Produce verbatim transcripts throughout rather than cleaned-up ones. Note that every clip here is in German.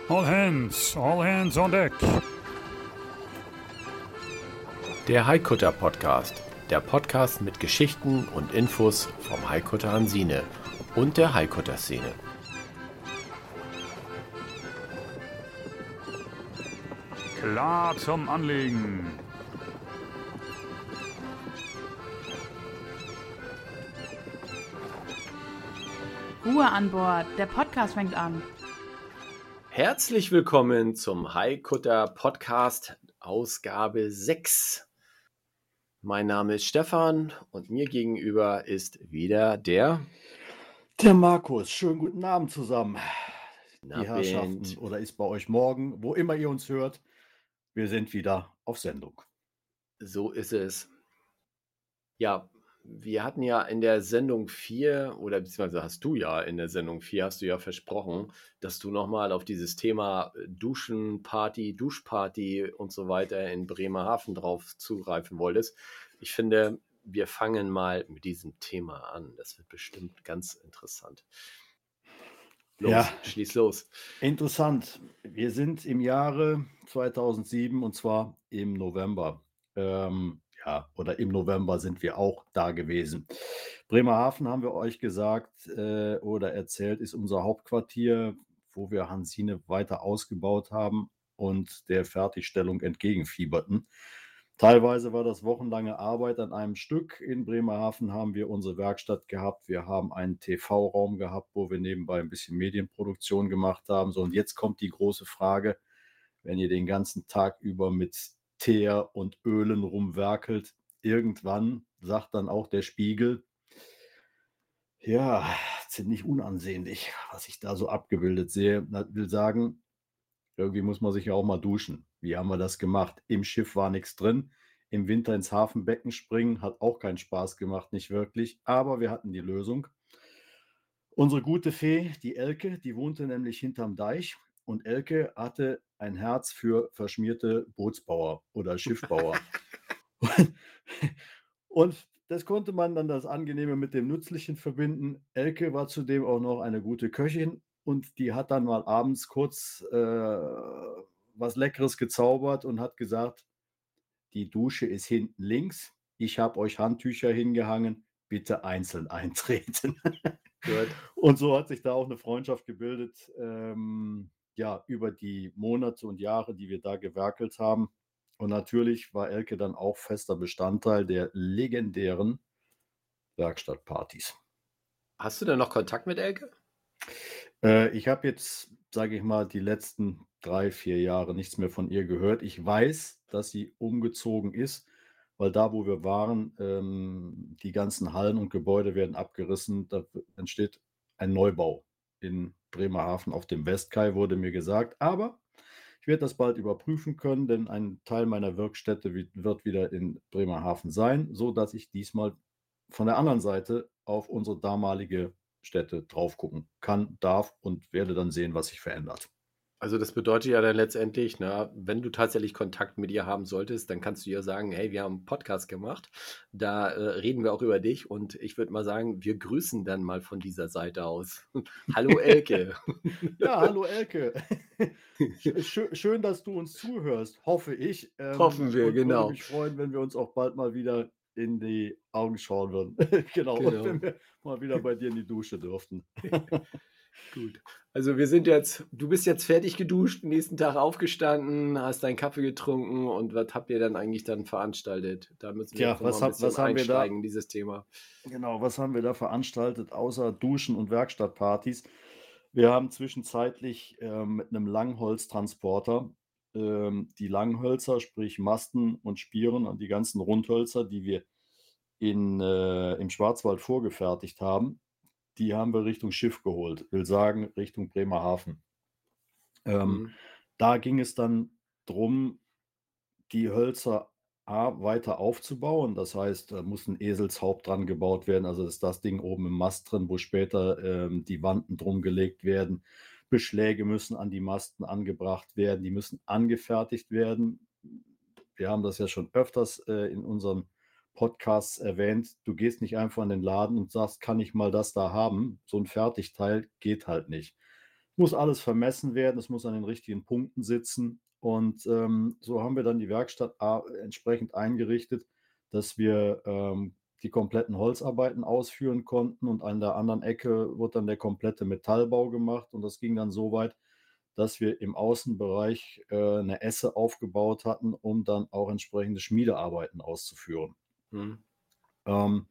All hands, all hands on deck. Der Haikutter Podcast. Der Podcast mit Geschichten und Infos vom Haikutter Hansine und der Haikutter-Szene. Klar zum Anlegen. Ruhe an Bord, der Podcast fängt an. Herzlich willkommen zum Haikutter Podcast, Ausgabe sechs. Mein Name ist Stefan und mir gegenüber ist wieder der... Der Markus. Schönen guten Abend zusammen. Na, Die Herrschaften, Band. oder ist bei euch morgen, wo immer ihr uns hört, wir sind wieder auf Sendung. So ist es. Ja, wir hatten ja in der Sendung vier, oder beziehungsweise hast du ja in der Sendung vier, hast du ja versprochen, dass du nochmal auf dieses Thema Duschenparty, Duschparty und so weiter in Bremerhaven drauf zugreifen wolltest. Ich finde, wir fangen mal mit diesem Thema an. Das wird bestimmt ganz interessant. Los, Ja. schließ los. Interessant. Wir sind im Jahre zweitausendsieben und zwar im November. Ähm, ja, oder im November sind wir auch da gewesen. Bremerhaven, haben wir euch gesagt äh, oder erzählt, ist unser Hauptquartier, wo wir Hansine weiter ausgebaut haben und der Fertigstellung entgegenfieberten. Teilweise war das wochenlange Arbeit an einem Stück. In Bremerhaven haben wir unsere Werkstatt gehabt. Wir haben einen T V-Raum gehabt, wo wir nebenbei ein bisschen Medienproduktion gemacht haben. So, und jetzt kommt die große Frage, wenn ihr den ganzen Tag über mit Teer und Ölen rumwerkelt, irgendwann sagt dann auch der Spiegel, ja, ziemlich unansehnlich, was ich da so abgebildet sehe. Das will sagen, irgendwie muss man sich ja auch mal duschen. Wie haben wir das gemacht? Im Schiff war nichts drin. Im Winter ins Hafenbecken springen hat auch keinen Spaß gemacht, nicht wirklich. Aber wir hatten die Lösung. Unsere gute Fee, die Elke, die wohnte nämlich hinterm Deich. Und Elke hatte ein Herz für verschmierte Bootsbauer oder Schiffbauer. Und das konnte man dann das Angenehme mit dem Nützlichen verbinden. Elke war zudem auch noch eine gute Köchin und die hat dann mal abends kurz äh, was Leckeres gezaubert und hat gesagt, die Dusche ist hinten links, ich habe euch Handtücher hingehangen, bitte einzeln eintreten. Gut. Und so hat sich da auch eine Freundschaft gebildet, ähm, ja, über die Monate und Jahre, die wir da gewerkelt haben. Und natürlich war Elke dann auch fester Bestandteil der legendären Werkstattpartys. Hast du denn noch Kontakt mit Elke? Äh, ich habe jetzt, sage ich mal, die letzten drei, vier Jahre nichts mehr von ihr gehört. Ich weiß, dass sie umgezogen ist, weil da, wo wir waren, ähm, die ganzen Hallen und Gebäude werden abgerissen. Da entsteht ein Neubau in Bremerhaven auf dem Westkai, wurde mir gesagt. Aber ich werde das bald überprüfen können, denn ein Teil meiner Werkstätte wi- wird wieder in Bremerhaven sein, so dass ich diesmal von der anderen Seite auf unsere damalige Stätte drauf gucken kann, darf und werde dann sehen, was sich verändert. Also das bedeutet ja dann letztendlich, na, wenn du tatsächlich Kontakt mit ihr haben solltest, dann kannst du ihr sagen, hey, wir haben einen Podcast gemacht, da äh, reden wir auch über dich und ich würde mal sagen, wir grüßen dann mal von dieser Seite aus. Hallo Elke. Ja, hallo Elke. Schön, schön, dass du uns zuhörst, hoffe ich. Ähm, Hoffen wir, und genau. würde mich freuen, wenn wir uns auch bald mal wieder in die Augen schauen würden. genau. Genau. Und wenn wir mal wieder bei dir in die Dusche dürften. Gut. Also wir sind jetzt, du bist jetzt fertig geduscht, nächsten Tag aufgestanden, hast deinen Kaffee getrunken und was habt ihr dann eigentlich dann veranstaltet? Da müssen wir Tja, jetzt noch was mal ein hab- bisschen was haben wir da? einsteigen in dieses Thema. Genau, was haben wir da veranstaltet, außer Duschen und Werkstattpartys? Wir haben zwischenzeitlich ähm, mit einem Langholztransporter ähm, die Langhölzer, sprich Masten und Spieren und die ganzen Rundhölzer, die wir in, äh, im Schwarzwald vorgefertigt haben, die haben wir Richtung Schiff geholt, will sagen Richtung Bremerhaven. Ähm, Mhm. Da ging es dann drum, die Hölzer A, weiter aufzubauen. Das heißt, da muss ein Eselshaupt dran gebaut werden. Also ist das Ding oben im Mast drin, wo später ähm, die Wanten drum gelegt werden. Beschläge müssen an die Masten angebracht werden. Die müssen angefertigt werden. Wir haben das ja schon öfters äh, in unseren Podcasts erwähnt. Du gehst nicht einfach in den Laden und sagst, kann ich mal das da haben? So ein Fertigteil geht halt nicht. muss alles vermessen werden, es muss an den richtigen Punkten sitzen. Und ähm, so haben wir dann die Werkstatt a- entsprechend eingerichtet, dass wir ähm, die kompletten Holzarbeiten ausführen konnten. Und an der anderen Ecke wurde dann der komplette Metallbau gemacht. Und das ging dann so weit, dass wir im Außenbereich äh, eine Esse aufgebaut hatten, um dann auch entsprechende Schmiedearbeiten auszuführen. Hm. Ähm,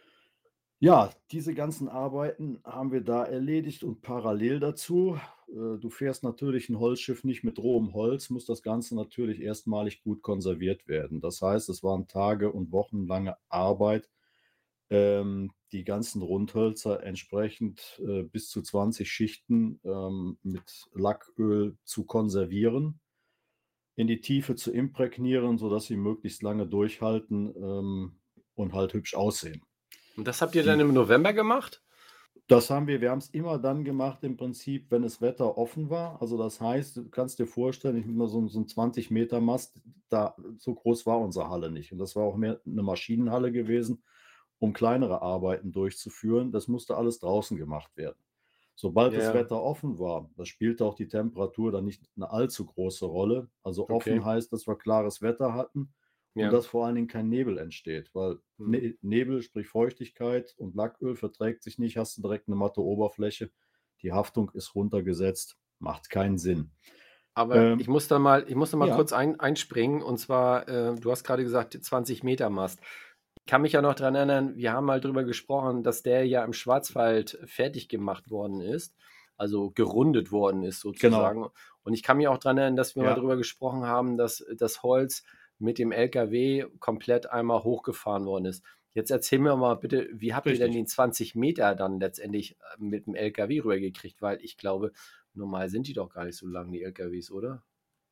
ja, diese ganzen Arbeiten haben wir da erledigt und parallel dazu, äh, du fährst natürlich ein Holzschiff nicht mit rohem Holz, muss das Ganze natürlich erstmalig gut konserviert werden. Das heißt, es waren Tage und wochenlange Arbeit, ähm, die ganzen Rundhölzer entsprechend äh, bis zu zwanzig Schichten ähm, mit Lacköl zu konservieren, in die Tiefe zu imprägnieren, sodass sie möglichst lange durchhalten ähm, und halt hübsch aussehen. Und das habt ihr Die dann im November gemacht? Das haben wir wir haben es immer dann gemacht im Prinzip, wenn das Wetter offen war. Also, das heißt, du kannst dir vorstellen, ich nehme mal so 'n so 'n zwanzig Meter Mast, da so groß war unsere Halle nicht. Und das war auch mehr eine Maschinenhalle gewesen, um kleinere Arbeiten durchzuführen. Das musste alles draußen gemacht werden. Sobald Ja, das ja, Wetter offen war, da spielte auch die Temperatur dann nicht eine allzu große Rolle. Also, okay. offen heißt, dass wir klares Wetter hatten und Ja. dass vor allen Dingen kein Nebel entsteht, weil Hm. Ne Nebel, sprich Feuchtigkeit und Lacköl verträgt sich nicht, hast du direkt eine matte Oberfläche. Die Haftung ist runtergesetzt, macht keinen Sinn. Aber ich Ähm, muss da mal, ich muss da mal ja, kurz ein, einspringen. Und zwar, äh, du hast gerade gesagt, zwanzig Meter Mast. Ich kann mich ja noch daran erinnern, wir haben mal drüber gesprochen, dass der ja im Schwarzwald fertig gemacht worden ist, also gerundet worden ist genau. sozusagen. Und ich kann mich auch daran erinnern, dass wir mal Ja, drüber gesprochen haben, dass das Holz mit dem L K W komplett einmal hochgefahren worden ist. Jetzt erzähl mir mal bitte, wie habt ihr denn richtig. den zwanzig Meter dann letztendlich äh, mit dem L K W rübergekriegt? Weil ich glaube, normal sind die doch gar nicht so lang, die L K Ws, oder?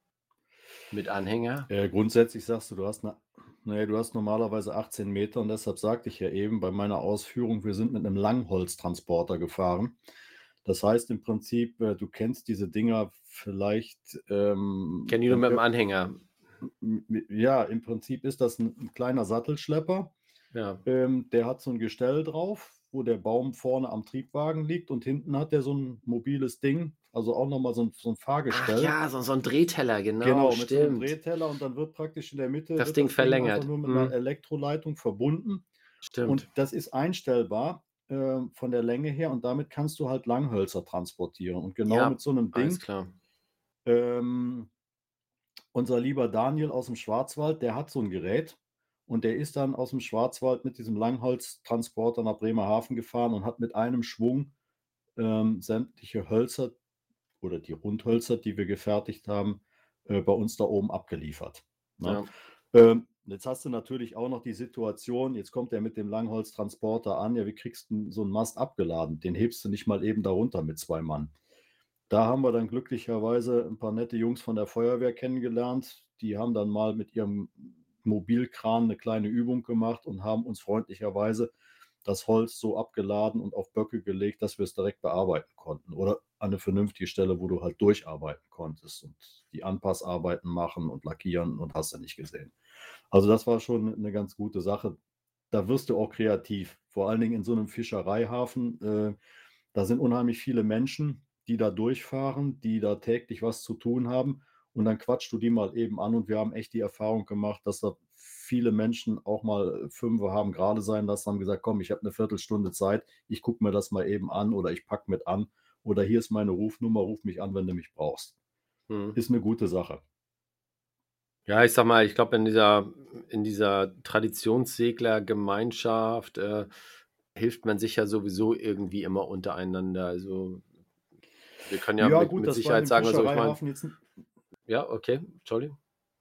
Mit Anhänger? Äh, grundsätzlich sagst du, du hast 'ne ne, du hast normalerweise achtzehn Meter und deshalb sagte ich ja eben bei meiner Ausführung, wir sind mit einem Langholztransporter gefahren. Das heißt im Prinzip, äh, du kennst diese Dinger vielleicht, ähm, Kenn die nur wenn mit dem wir Anhänger. m m ja, im Prinzip ist das ein 'n kleiner Sattelschlepper. Ja. Ähm, der hat so 'n Gestell drauf, wo der Baum vorne am Triebwagen liegt und hinten hat der so 'n mobiles Ding, also auch noch mal so 'n so 'n Ach Fahrgestell. ja, so, so ein Drehteller, genau, Genau, mit so 'nem stimmt. Drehteller und dann wird praktisch in der Mitte Das wird Ding das Ding einfach verlängert. nur mit 'ner Hm, Elektroleitung verbunden und stimmt. das ist einstellbar, ähm, von der Länge her und damit kannst du halt Langhölzer transportieren und genau Ja, mit so 'nem alles Ding, klar. ähm unser lieber Daniel aus'm Schwarzwald, der hat so 'n Gerät und der ist dann aus'm Schwarzwald mit diesem Langholztransporter nach Bremerhaven gefahren und hat mit einem Schwung, ähm, sämtliche Hölzer oder die Rundhölzer, die wir gefertigt haben, äh, bei uns da oben abgeliefert, ne? Ja. Ähm, jetzt hast du natürlich auch noch die Situation, jetzt kommt er mit dem Langholztransporter an. Ja, wie kriegst 'n so 'n Mast abgeladen? Den hebst du nicht mal eben da runter mit zwei Mann. Da haben wir dann glücklicherweise 'n paar nette Jungs von der Feuerwehr kennengelernt. Die haben dann mal mit ihrem Mobilkran 'ne kleine Übung gemacht und haben uns freundlicherweise das Holz so abgeladen und auf Böcke gelegt, dass wir's direkt bearbeiten konnten oder an 'ne vernünftige Stelle, wo du halt durcharbeiten konntest und die Anpassarbeiten machen und lackieren und hast du nicht gesehen. Also, das war schon 'ne ganz gute Sache. Da wirst du auch kreativ, vor allen Dingen in so 'nem Fischereihafen. Äh, da sind unheimlich viele Menschen, die da durchfahren, die da täglich was zu tun haben und dann quatschst du die mal eben an und wir haben echt die Erfahrung gemacht, dass da viele Menschen auch mal äh, Fünfe haben gerade sein lassen, haben gesagt: „Komm, ich habe 'ne Viertelstunde Zeit, ich gucke mir das mal eben an oder ich packe mit an oder hier ist meine Rufnummer, ruf mich an, wenn du mich brauchst.“ Mhm. Ist 'ne gute Sache. Ja, ich sag mal, ich glaube, in dieser in dieser Traditionssegler-Gemeinschaft, äh, hilft man sich ja sowieso irgendwie immer untereinander. Also, wir können ja Ja mit gut, mit das war in Sicherheit dem sagen, also, ich meine, Fischereihafen jetzt 'n ja, okay, Entschuldigung.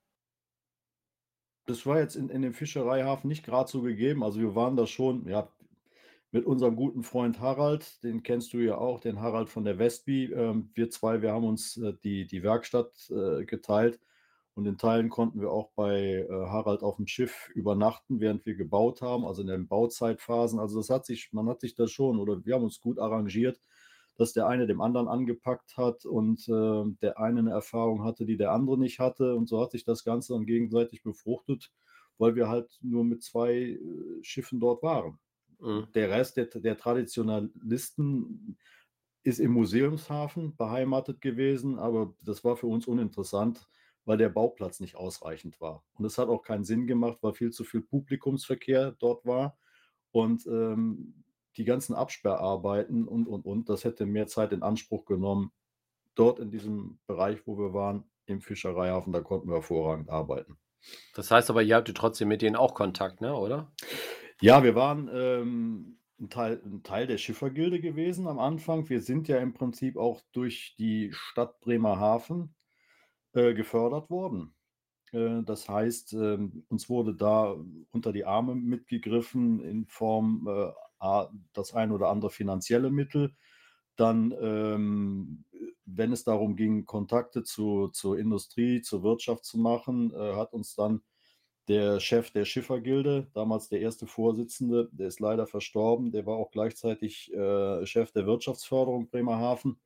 das war jetzt in in dem Fischereihafen nicht grad so gegeben. Also, wir waren da schon, ja, mit unserem guten Freund Harald, den kennst du ja auch, den Harald von der Westby. Ähm, wir zwei, wir haben uns, äh, die die Werkstatt, äh, geteilt und in Teilen konnten wir auch bei, äh, Harald auf'm Schiff übernachten, während wir gebaut haben, also in den Bauzeitphasen. Also, das hat sich man hat sich da schon oder wir haben uns gut arrangiert, dass der eine dem anderen angepackt hat und, ähm, der eine 'ne Erfahrung hatte, die der andere nicht hatte und so hat sich das Ganze dann gegenseitig befruchtet, weil wir halt nur mit zwei äh, Schiffen dort waren. Mhm. Der Rest der der Traditionalisten ist im Museumshafen beheimatet gewesen, aber das war für uns uninteressant, weil der Bauplatz nicht ausreichend war. Und es hat auch keinen Sinn gemacht, weil viel zu viel Publikumsverkehr dort war und, ähm, die ganzen Absperrarbeiten und, und, und, das hätte mehr Zeit in Anspruch genommen. Dort in diesem Bereich, wo wir waren, im Fischereihafen, da konnten wir hervorragend arbeiten. Das heißt aber, ihr hattet trotzdem mit denen auch Kontakt, ne, oder? Ja, wir waren, ähm, 'n Teil 'n Teil der Schiffergilde gewesen am Anfang. Wir sind ja im Prinzip auch durch die Stadt Bremerhaven, äh, gefördert worden. Äh, das heißt, ähm, uns wurde da unter die Arme mitgegriffen in Form, äh, A, das ein oder andere finanzielle Mittel. Dann, ähm, wenn es darum ging, Kontakte zu zur Industrie, zur Wirtschaft zu machen, äh, hat uns dann der Chef der Schiffergilde, damals der erste Vorsitzende, der ist leider verstorben, der war auch gleichzeitig, äh, Chef der Wirtschaftsförderung Bremerhaven.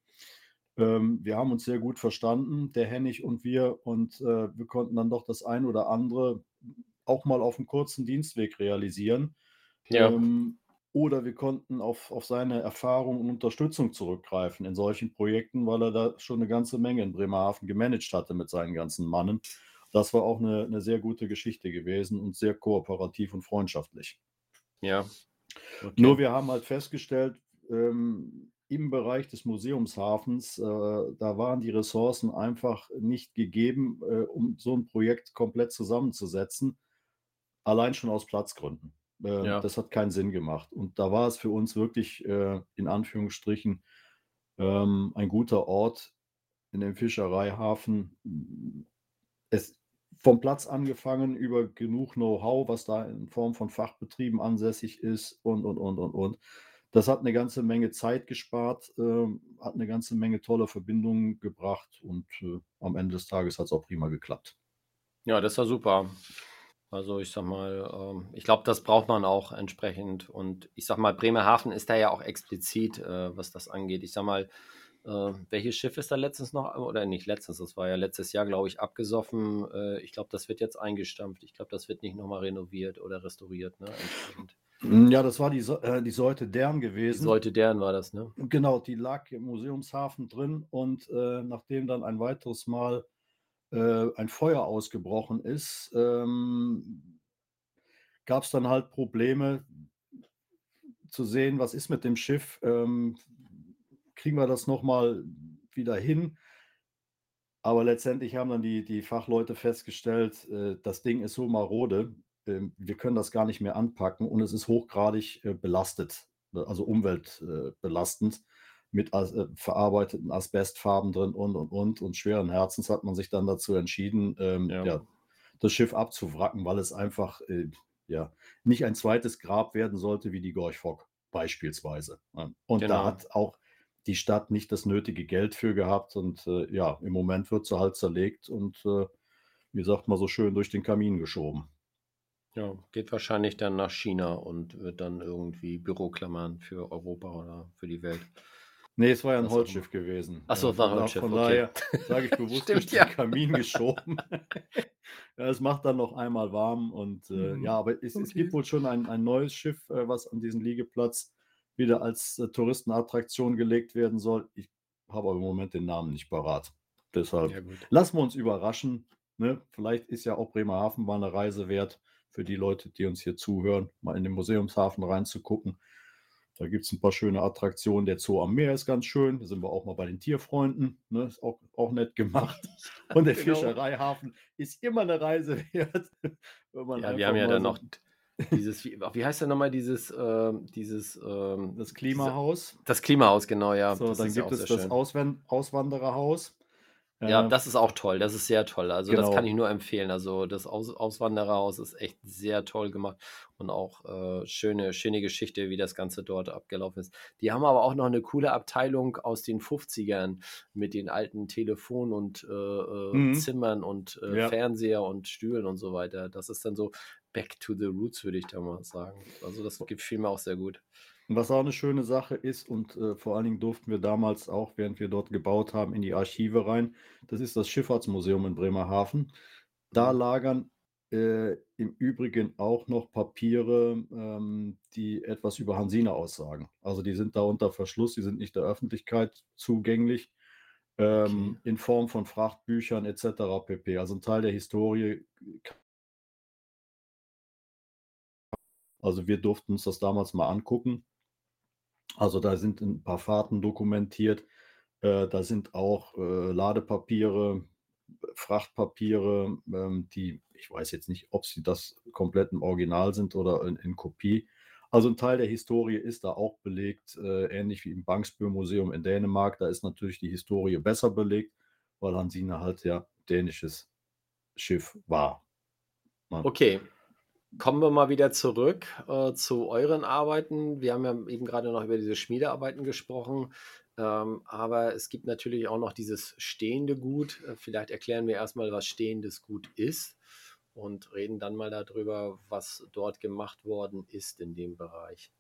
Ähm, wir haben uns sehr gut verstanden, der Hennig und wir, und, äh, wir konnten dann doch das ein oder andere auch mal auf 'm kurzen Dienstweg realisieren. Ja. Ähm, oder wir konnten auf auf seine Erfahrung und Unterstützung zurückgreifen in solchen Projekten, weil er da schon 'ne ganze Menge in Bremerhaven gemanagt hatte mit seinen ganzen Mannen. Das war auch 'ne 'ne sehr gute Geschichte gewesen und sehr kooperativ und freundschaftlich. Ja, Nur okay. wir haben halt festgestellt, ähm, im Bereich des Museumshafens, äh, da waren die Ressourcen einfach nicht gegeben, äh, um so 'n Projekt komplett zusammenzusetzen, allein schon aus Platzgründen. Ähm, Ja. das hat keinen Sinn gemacht. Und da war es für uns wirklich, äh, in Anführungsstrichen, ähm, ein guter Ort in dem Fischereihafen. Hm, es vom Platz angefangen über genug Know-how, was da in Form von Fachbetrieben ansässig ist und, und, und, und, und. Das hat 'ne ganze Menge Zeit gespart, ähm, hat 'ne ganze Menge tolle Verbindungen gebracht und, äh, am Ende des Tages hat's auch prima geklappt. Ja, das war super. Also, ich sage mal, ähm, ich glaube, das braucht man auch entsprechend. Und ich sage mal, Bremerhaven ist da ja auch explizit, äh, was das angeht. Ich sage mal, äh, welches Schiff ist da letztens noch oder nicht letztens, das war ja letztes Jahr, glaube ich, abgesoffen. Äh, ich glaube, das wird jetzt eingestampft. Ich glaube, das wird nicht noch mal renoviert oder restauriert, ne, entsprechend. Hm, ja, das war die Seu äh, die Seute Dern Die gewesen. Seute Dern war das, ne? Genau, die lag im Museumshafen drin und, äh, nachdem dann ein weiteres Mal, äh, ein Feuer ausgebrochen ist, ähm, gab's dann halt Probleme zu sehen, was ist mit dem Schiff? Ähm, kriegen wir das noch mal wieder hin? Aber letztendlich haben dann die die Fachleute festgestellt, äh, das Ding ist so marode, ähm, wir können das gar nicht mehr anpacken und es ist hochgradig, äh, belastet, ne, also umwelt äh, belastend mit as äh, verarbeiteten Asbestfarben drin und, und, und. Und schweren Herzens hat man sich dann dazu entschieden, ähm, Ja. ja, das Schiff abzuwracken, weil es einfach, äh, ja, nicht ein zweites Grab werden sollte wie die Gorch Fock beispielsweise, ne? Und da Genau. hat auch die Stadt nicht das nötige Geld für gehabt und, äh, ja, im Moment wird sie halt zerlegt und, äh, wie sagt man so schön, durch den Kamin geschoben. Ja, geht wahrscheinlich dann nach China und wird dann irgendwie Büroklammern für Europa oder für die Welt. Ne, es war ja 'n Was auch immer. Holzschiff gewesen. Ach Äh, so, war 'n von da Holzschiff, von okay. daher sage ich bewusst durch Stimmt, den ja. Kamin geschoben. Ja, es macht dann noch einmal warm und, äh, ja, Mhm. aber es es Okay. gibt wohl schon ein ein neues Schiff, äh, was an diesen Liegeplatz wieder als, äh, Touristenattraktion gelegt werden soll. Ich habe aber im Moment den Namen nicht parat. Deshalb Ja, gut. lassen wir uns überraschen, ne? Vielleicht ist ja auch Bremerhaven mal 'ne Reise wert für die Leute, die uns hier zuhören, mal in den Museumshafen reinzugucken. Da gibt's 'n paar schöne Attraktionen. Der Zoo am Meer ist ganz schön. Da sind wir auch mal bei den Tierfreunden, ne? Ist auch auch nett gemacht. Ja, Und der genau. Fischereihafen ist immer 'ne Reise wert, wenn man Ja, wir haben einfach ja mal dann so noch d dieses wie wie heißt denn noch mal dieses, ähm dieses, ähm Das diese Klimahaus. das Klimahaus, genau, ja. So, Das dann ist ja gibt auch es sehr das schön. Auswan Auswandererhaus. Ja, Äh, das ist auch toll. Das ist sehr toll. Also, das kann ich genau. nur empfehlen. Also, das Aus Auswandererhaus ist echt sehr toll gemacht und auch, äh, schöne schöne Geschichte, wie das Ganze dort abgelaufen ist. Die haben aber auch noch 'ne coole Abteilung aus den Fünfzigern mit den alten Telefon und, äh, äh, Mhm. Zimmern und, äh, Ja. Fernseher und Stühlen und so weiter. Das ist dann so back to the roots, würde ich da mal sagen. Also, das gefiel mir auch sehr gut. Und was auch 'ne schöne Sache ist und, äh, vor allen Dingen durften wir damals auch, während wir dort gebaut haben, in die Archive rein. Das ist das Schifffahrtsmuseum in Bremerhaven. Da Mhm. lagern äh, im Übrigen auch noch Papiere, ähm, die etwas über Hansine aussagen. Also, die sind da unter Verschluss, die sind nicht der Öffentlichkeit zugänglich, Okay. ähm, in Form von Frachtbüchern et cetera pp. Also, 'n Teil der Historie k also, wir durften uns das damals mal angucken. Also, da sind 'n paar Fahrten dokumentiert. Äh, da sind auch, äh, Ladepapiere, Frachtpapiere, ähm, die ich weiß jetzt nicht, ob sie das komplett im Original sind oder in in Kopie. Also, 'n Teil der Historie ist da auch belegt, äh, ähnlich wie im Bangsbø-Museum in Dänemark. Da ist natürlich die Historie besser belegt, weil Hansine halt ja dänisches Schiff war, ne? Okay, kommen wir mal wieder zurück, äh, zu euren Arbeiten. Wir haben ja eben gerade noch über diese Schmiedearbeiten gesprochen, ähm, aber es gibt natürlich auch noch dieses stehende Gut. Äh, vielleicht erklären wir erst mal, was stehendes Gut ist und reden dann mal darüber, was dort gemacht worden ist in dem Bereich.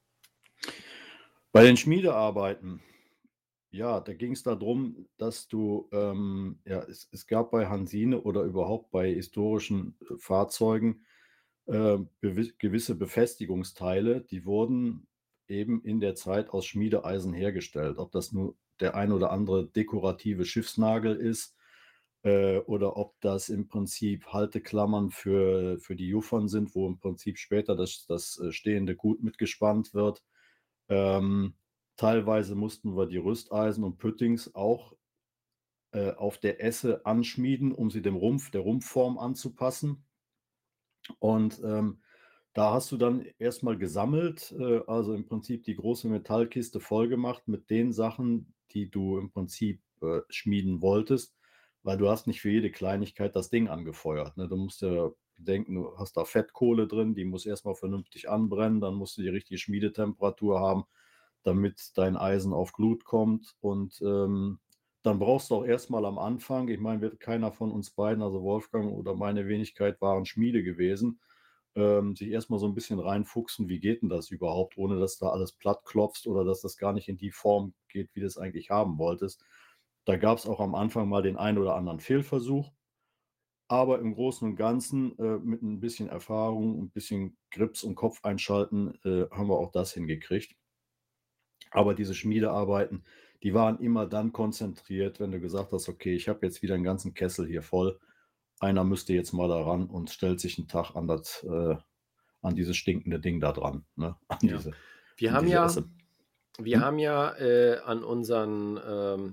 Bei den Schmiedearbeiten, ja, da ging's da drum, dass du, ähm ja, es es gab bei Hansine oder überhaupt bei historischen, äh, Fahrzeugen, ähm, gewi gewisse Befestigungsteile, die wurden eben in der Zeit aus Schmiedeeisen hergestellt. Ob das nur der ein oder andere dekorative Schiffsnagel ist, äh, oder ob das im Prinzip Halteklammern für für die Juffern sind, wo im Prinzip später das das, äh, stehende Gut mitgespannt wird. Ähm, teilweise mussten wir die Rüsteisen und Püttings auch, äh, auf der Esse anschmieden, um sie dem Rumpf der Rumpfform anzupassen. Und, ähm, da hast du dann erst mal gesammelt, äh, also im Prinzip die große Metallkiste vollgemacht mit den Sachen, die du im Prinzip, äh, schmieden wolltest, weil du hast nicht für jede Kleinigkeit das Ding angefeuert, ne? Du musst ja bedenken, du hast da Fettkohle drin, die muss erst mal vernünftig anbrennen, dann musst du die richtige Schmiedetemperatur haben, damit dein Eisen auf Glut kommt. Und, ähm, dann brauchst du auch erst mal am Anfang ich meine, wir keiner von uns beiden, also Wolfgang oder meine Wenigkeit, waren Schmiede gewesen, ähm, sich erst mal so 'n bisschen reinfuchsen, wie geht 'n das überhaupt, ohne dass da alles platt klopfst oder dass das gar nicht in die Form geht, wie du's eigentlich haben wolltest. Da gab's auch am Anfang mal den einen oder anderen Fehlversuch. Aber im Großen und Ganzen, äh, mit 'n bisschen Erfahrung und bisschen Grips und Kopf einschalten, äh, haben wir auch das hingekriegt. Aber diese Schmiedearbeiten, die waren immer dann konzentriert, wenn du gesagt hast: „Okay, ich habe jetzt wieder 'n ganzen Kessel hier voll. Einer müsste jetzt mal da ran und stellt sich 'n Tag an das äh, an dieses stinkende Ding da dran, ne, an Ja. diese Wir an haben diese ja Esse.“ wir Mhm. haben ja, äh, an unseren, ähm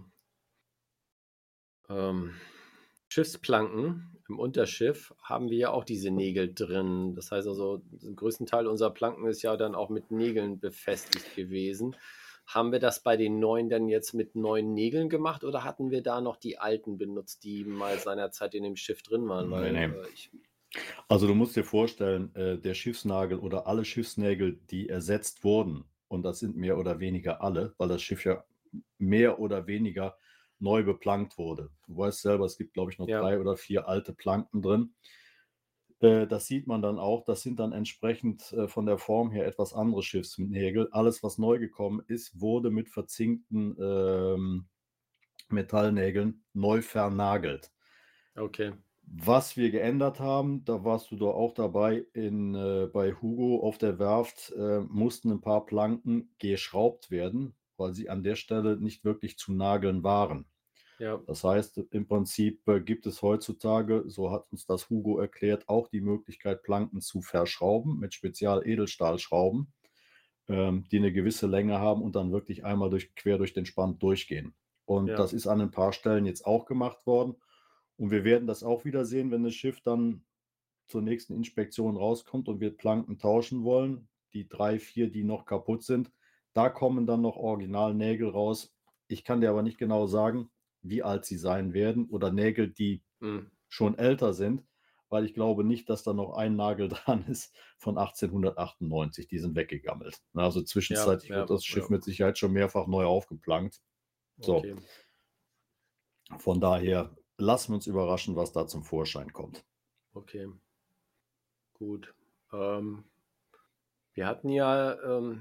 ähm, Schiffsplanken im Unterschiff haben wir ja auch diese Nägel drin. Das heißt also, den größten Teil unserer Planken ist ja dann auch mit Nägeln befestigt gewesen. Haben wir das bei den neuen dann jetzt mit neuen Nägeln gemacht oder hatten wir da noch die alten benutzt, die mal seinerzeit in dem Schiff drin waren? Ne, Weil, ne. äh, ich Also, du musst dir vorstellen, äh, der Schiffsnagel oder alle Schiffsnägel, die ersetzt wurden, und das sind mehr oder weniger alle, weil das Schiff ja m mehr oder weniger neu beplankt wurde. Du weißt selber, es gibt, glaube ich, noch Ja. drei oder vier alte Planken drin. Äh, das sieht man dann auch. Das sind dann entsprechend, äh, von der Form her etwas andere Schiffsnägel. Alles, was neu gekommen ist, wurde mit verzinkten, ähm, Metallnägeln neu vernagelt. Okay. Was wir geändert haben, da warst du doch auch dabei in äh, bei Hugo auf der Werft, äh, mussten 'n paar Planken geschraubt werden, weil sie an der Stelle nicht wirklich zu nageln waren. Ja. Das heißt, im Prinzip, äh, gibt es heutzutage, so hat uns das Hugo erklärt, auch die Möglichkeit, Planken zu verschrauben mit Spezial-Edelstahlschrauben, ähm, die 'ne gewisse Länge haben und dann wirklich einmal durch quer durch den Spann durchgehen. Und Ja. das ist an 'n paar Stellen jetzt auch gemacht worden. Und wir werden das auch wieder sehen, wenn das Schiff dann zur nächsten Inspektion rauskommt und wir Planken tauschen wollen, die drei, vier, die noch kaputt sind. Da kommen dann noch Originalnägel raus. Ich kann dir aber nicht genau sagen, wie alt sie sein werden oder Nägel, die Mhm. schon älter sind, weil ich glaube nicht, dass da noch ein Nagel dran ist von achtzehnhundertachtundneunzig. Die sind weggegammelt, ne? Also, Ja, zwischenzeitlich ja, wurde das Schiff ja. mit Sicherheit schon mehrfach neu aufgeplankt. So. Okay. Von daher lassen wir uns überraschen, was da zum Vorschein kommt. Okay. Gut. Ähm, wir hatten ja, ähm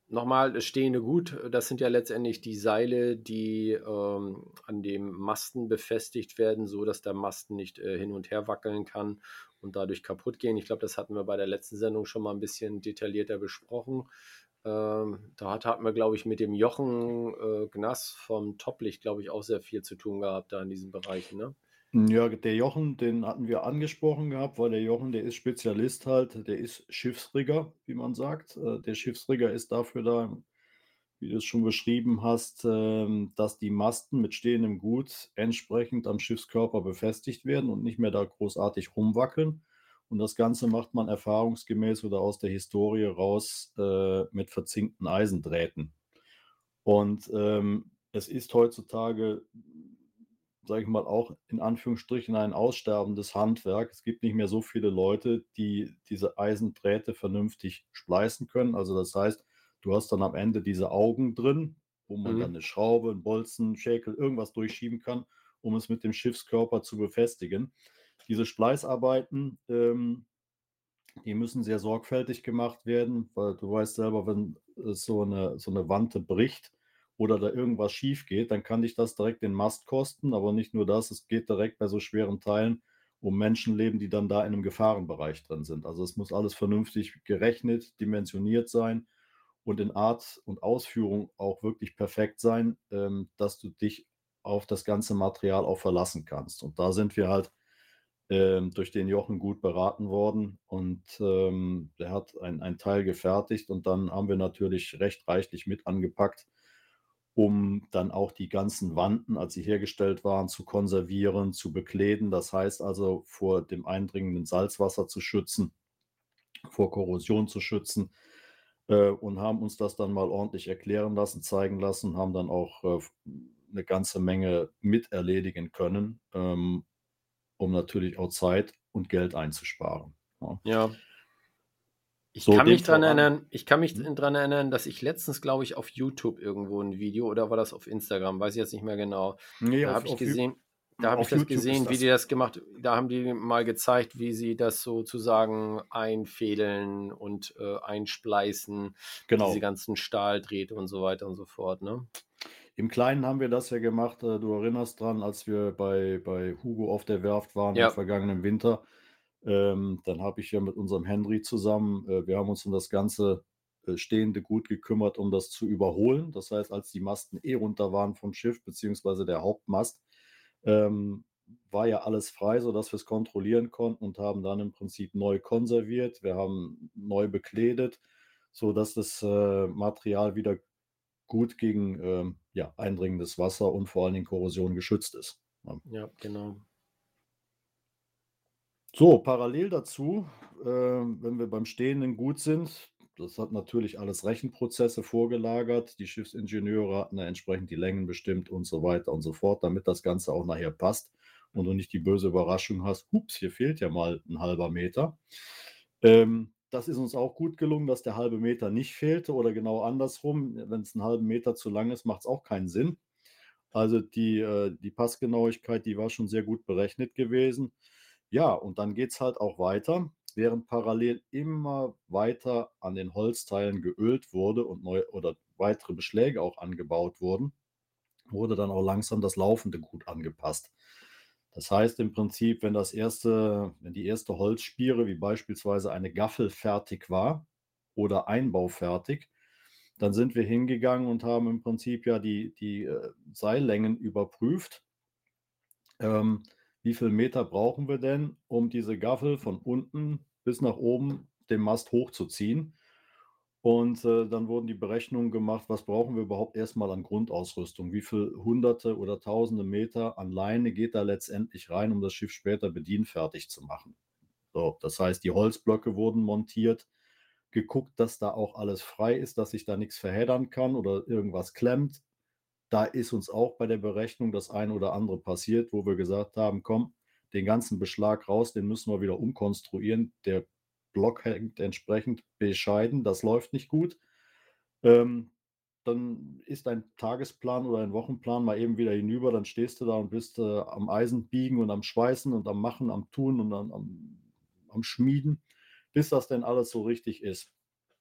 nochmal, das stehende Gut, das sind ja letztendlich die Seile, die ähm, an dem Masten befestigt werden, so dass der Masten nicht äh, hin und her wackeln kann und dadurch kaputt gehen. Ich glaube, das hatten wir bei der letzten Sendung schon mal ein bisschen detaillierter besprochen. Ähm, da hat, hatten wir, glaube ich, mit dem Jochen äh, Gnass vom Toplicht, glaube ich, auch sehr viel zu tun gehabt da in diesen Bereichen, ne? Ja, der Jochen, den hatten wir angesprochen gehabt, weil der Jochen, der ist Spezialist halt, der ist Schiffsrigger, wie man sagt. Äh, Der Schiffsrigger ist dafür da, wie du es schon beschrieben hast, ähm, dass die Masten mit stehendem Gut entsprechend am Schiffskörper befestigt werden und nicht mehr da großartig rumwackeln. Und das Ganze macht man erfahrungsgemäß oder aus der Historie raus äh, mit verzinkten Eisendrähten. Und ähm, es ist heutzutage, sage ich mal, auch in Anführungsstrichen ein aussterbendes Handwerk. Es gibt nicht mehr so viele Leute, die diese Eisendrähte vernünftig spleißen können. Also das heißt, du hast dann am Ende diese Augen drin, wo man dann Mhm. eine Schraube, einen Bolzen, Schäkel, irgendwas durchschieben kann, um es mit dem Schiffskörper zu befestigen. Diese Spleißarbeiten, ähm, die müssen sehr sorgfältig gemacht werden, weil du weißt selber, wenn es so eine, so eine Wante bricht oder da irgendwas schief geht, dann kann dich das direkt den Mast kosten. Aber nicht nur das, es geht direkt bei so schweren Teilen um Menschenleben, die dann da in einem Gefahrenbereich drin sind. Also es muss alles vernünftig gerechnet, dimensioniert sein und in Art und Ausführung auch wirklich perfekt sein, ähm, dass du dich auf das ganze Material auch verlassen kannst. Und da sind wir halt ähm, durch den Jochen gut beraten worden und ähm, der hat ein, ein Teil gefertigt und dann haben wir natürlich recht reichlich mit angepackt, um dann auch die ganzen Wanten, als sie hergestellt waren, zu konservieren, zu bekleden. Das heißt also vor dem eindringenden Salzwasser zu schützen, vor Korrosion zu schützen äh, und haben uns das dann mal ordentlich erklären lassen, zeigen lassen, haben dann auch äh, eine ganze Menge mit erledigen können, ähm, um natürlich auch Zeit und Geld einzusparen. Ja. Ja. Ich So, kann dem mich dran voran. erinnern, ich kann mich Hm? dran erinnern, dass ich letztens, glaube ich, auf YouTube irgendwo ein Video oder war das auf Instagram, weiß ich jetzt nicht mehr genau. Nee, Da auf, habe ich auf, Ju- gesehen, da habe ich auf das YouTube ist gesehen, wie die das. das gemacht, da haben die mal gezeigt, wie sie das sozusagen einfädeln und äh, einspleißen, diese Genau. ganzen Stahldrähte und so weiter und so fort, ne? Im Kleinen haben wir das ja gemacht. äh, Du erinnerst dran, als wir bei, bei Hugo auf der Werft waren im Ja, vergangenen Winter. Ähm, dann habe ich ja mit unserem Henry zusammen, äh, wir haben uns um das ganze äh, stehende Gut gekümmert, um das zu überholen. Das heißt, als die Masten eh runter waren vom Schiff, beziehungsweise der Hauptmast, ähm, war ja alles frei, sodass wir es kontrollieren konnten und haben dann im Prinzip neu konserviert. Wir haben neu bekledet, sodass das äh, Material wieder gut gegen ähm, ja, eindringendes Wasser und vor allen Dingen Korrosion geschützt ist. Ja. ja, genau. So, parallel dazu, ähm, wenn wir beim Stehenden Gut sind, das hat natürlich alles Rechenprozesse vorgelagert. Die Schiffsingenieure hatten da entsprechend die Längen bestimmt und so weiter und so fort, damit das Ganze auch nachher passt und du nicht die böse Überraschung hast, hups, hier fehlt ja mal ein halber Meter. Ähm, das ist uns auch gut gelungen, dass der halbe Meter nicht fehlte oder genau andersrum. Wenn es einen halben Meter zu lang ist, macht es auch keinen Sinn. Also die, äh, die Passgenauigkeit, die war schon sehr gut berechnet gewesen. Ja, und dann geht es halt auch weiter, während parallel immer weiter an den Holzteilen geölt wurde und neu oder weitere Beschläge auch angebaut wurden, wurde dann auch langsam das laufende Gut angepasst. Das heißt im Prinzip, wenn das erste, wenn die erste Holzspiere, wie beispielsweise eine Gaffel fertig war oder Einbau fertig, dann sind wir hingegangen und haben im Prinzip ja die, die äh, Seillängen überprüft. Ähm, wie viel Meter brauchen wir denn, um diese Gaffel von unten bis nach oben den Mast hochzuziehen? Und äh, dann wurden die Berechnungen gemacht, was brauchen wir überhaupt erstmal an Grundausrüstung? Wie viel Hunderte oder Tausende Meter an Leine geht da letztendlich rein, um das Schiff später bedienfertig zu machen? So, das heißt, die Holzblöcke wurden montiert, geguckt, dass da auch alles frei ist, dass sich da nichts verheddern kann oder irgendwas klemmt. Da ist uns auch bei der Berechnung das eine oder andere passiert, wo wir gesagt haben, komm, den ganzen Beschlag raus, den müssen wir wieder umkonstruieren. Der Block hängt entsprechend bescheiden, das läuft nicht gut. Ähm, dann ist ein Tagesplan oder ein Wochenplan mal eben wieder hinüber, dann stehst du da und bist äh, am Eisen biegen und am Schweißen und am Machen, am Tun und am, am, am Schmieden, bis das denn alles so richtig ist.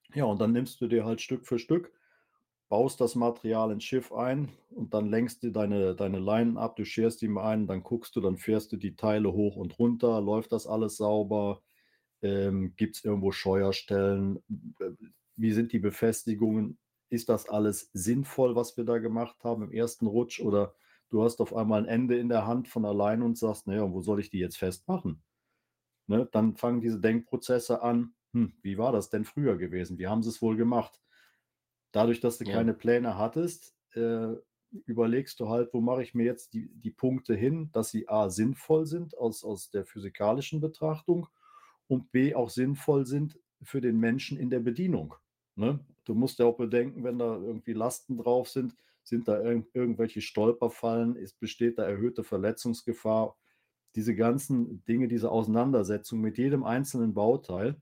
Ja, und dann nimmst du dir halt Stück für Stück, baust das Material ins Schiff ein und dann lenkst du deine deine Leinen ab, du scherst die mal ein, dann guckst du, dann fährst du die Teile hoch und runter, läuft das alles sauber, ähm, gibt's irgendwo Scheuerstellen, äh, wie sind die Befestigungen? Ist das alles sinnvoll, was wir da gemacht haben im ersten Rutsch? Oder du hast auf einmal ein Ende in der Hand von allein und sagst: „Na ja, wo soll ich die jetzt festmachen?“ Ne, dann fangen diese Denkprozesse an: „Hm, wie war das denn früher gewesen? Wie haben sie es wohl gemacht?“ Dadurch, dass du Ja, keine Pläne hattest, äh, überlegst du halt: „Wo mache ich mir jetzt die die Punkte hin, dass sie A sinnvoll sind aus aus der physikalischen Betrachtung und B auch sinnvoll sind für den Menschen in der Bedienung“, ne? Du musst ja auch bedenken, wenn da irgendwie Lasten drauf sind, sind da irgend irgendwelche Stolperfallen, es besteht da erhöhte Verletzungsgefahr. Diese ganzen Dinge, diese Auseinandersetzung mit jedem einzelnen Bauteil.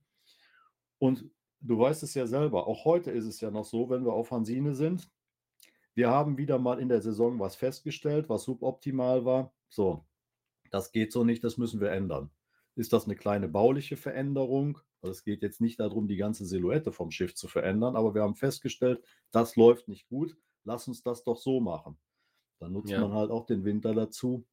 Und du weißt es ja selber, auch heute ist es ja noch so, wenn wir auf Hansine sind, wir haben wieder mal in der Saison was festgestellt, was suboptimal war. So, das geht so nicht, das müssen wir ändern. Ist das eine kleine bauliche Veränderung? Also, es geht jetzt nicht darum, die ganze Silhouette vom Schiff zu verändern, aber wir haben festgestellt, das läuft nicht gut. Lass uns das doch so machen. Dann nutzt ja, man halt auch den Winter dazu,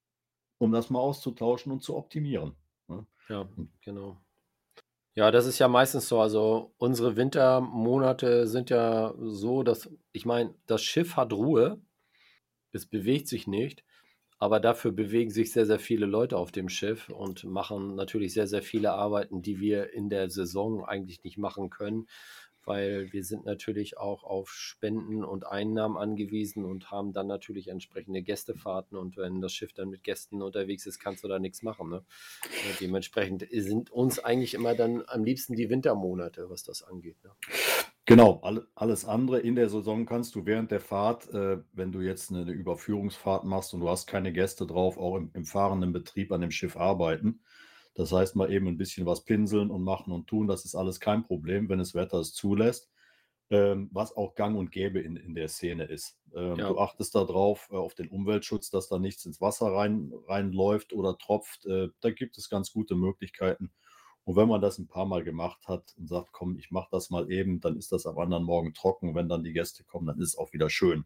um das mal auszutauschen und zu optimieren, ne? ja, Und genau. Ja, das ist ja meistens so. Also unsere Wintermonate sind ja so, dass, ich meine, das Schiff hat Ruhe, es bewegt sich nicht, aber dafür bewegen sich sehr, sehr viele Leute auf dem Schiff und machen natürlich sehr, sehr viele Arbeiten, die wir in der Saison eigentlich nicht machen können, weil wir sind natürlich auch auf Spenden und Einnahmen angewiesen und haben dann natürlich entsprechende Gästefahrten, und wenn das Schiff dann mit Gästen unterwegs ist, kannst du da nichts machen, ne? Äh, dementsprechend sind uns eigentlich immer dann am liebsten die Wintermonate, was das angeht, ne? Genau, alle alles andere in der Saison kannst du während der Fahrt, äh, wenn du jetzt 'ne 'ne Überführungsfahrt machst und du hast keine Gäste drauf, auch im im fahrenden Betrieb an dem Schiff arbeiten. Das heißt, mal eben 'n bisschen was pinseln und machen und tun, das ist alles kein Problem, wenn das Wetter es zulässt, ähm, was auch gang und gäbe in in der Szene ist. Ähm, Ja, du achtest da drauf, äh, auf den Umweltschutz, dass da nichts ins Wasser rein reinläuft oder tropft. Äh, da gibt es ganz gute Möglichkeiten. Und wenn man das ein paar Mal gemacht hat und sagt: „Komm, ich mache das mal eben“, dann ist das am anderen Morgen trocken. Wenn dann die Gäste kommen, dann ist es auch wieder schön.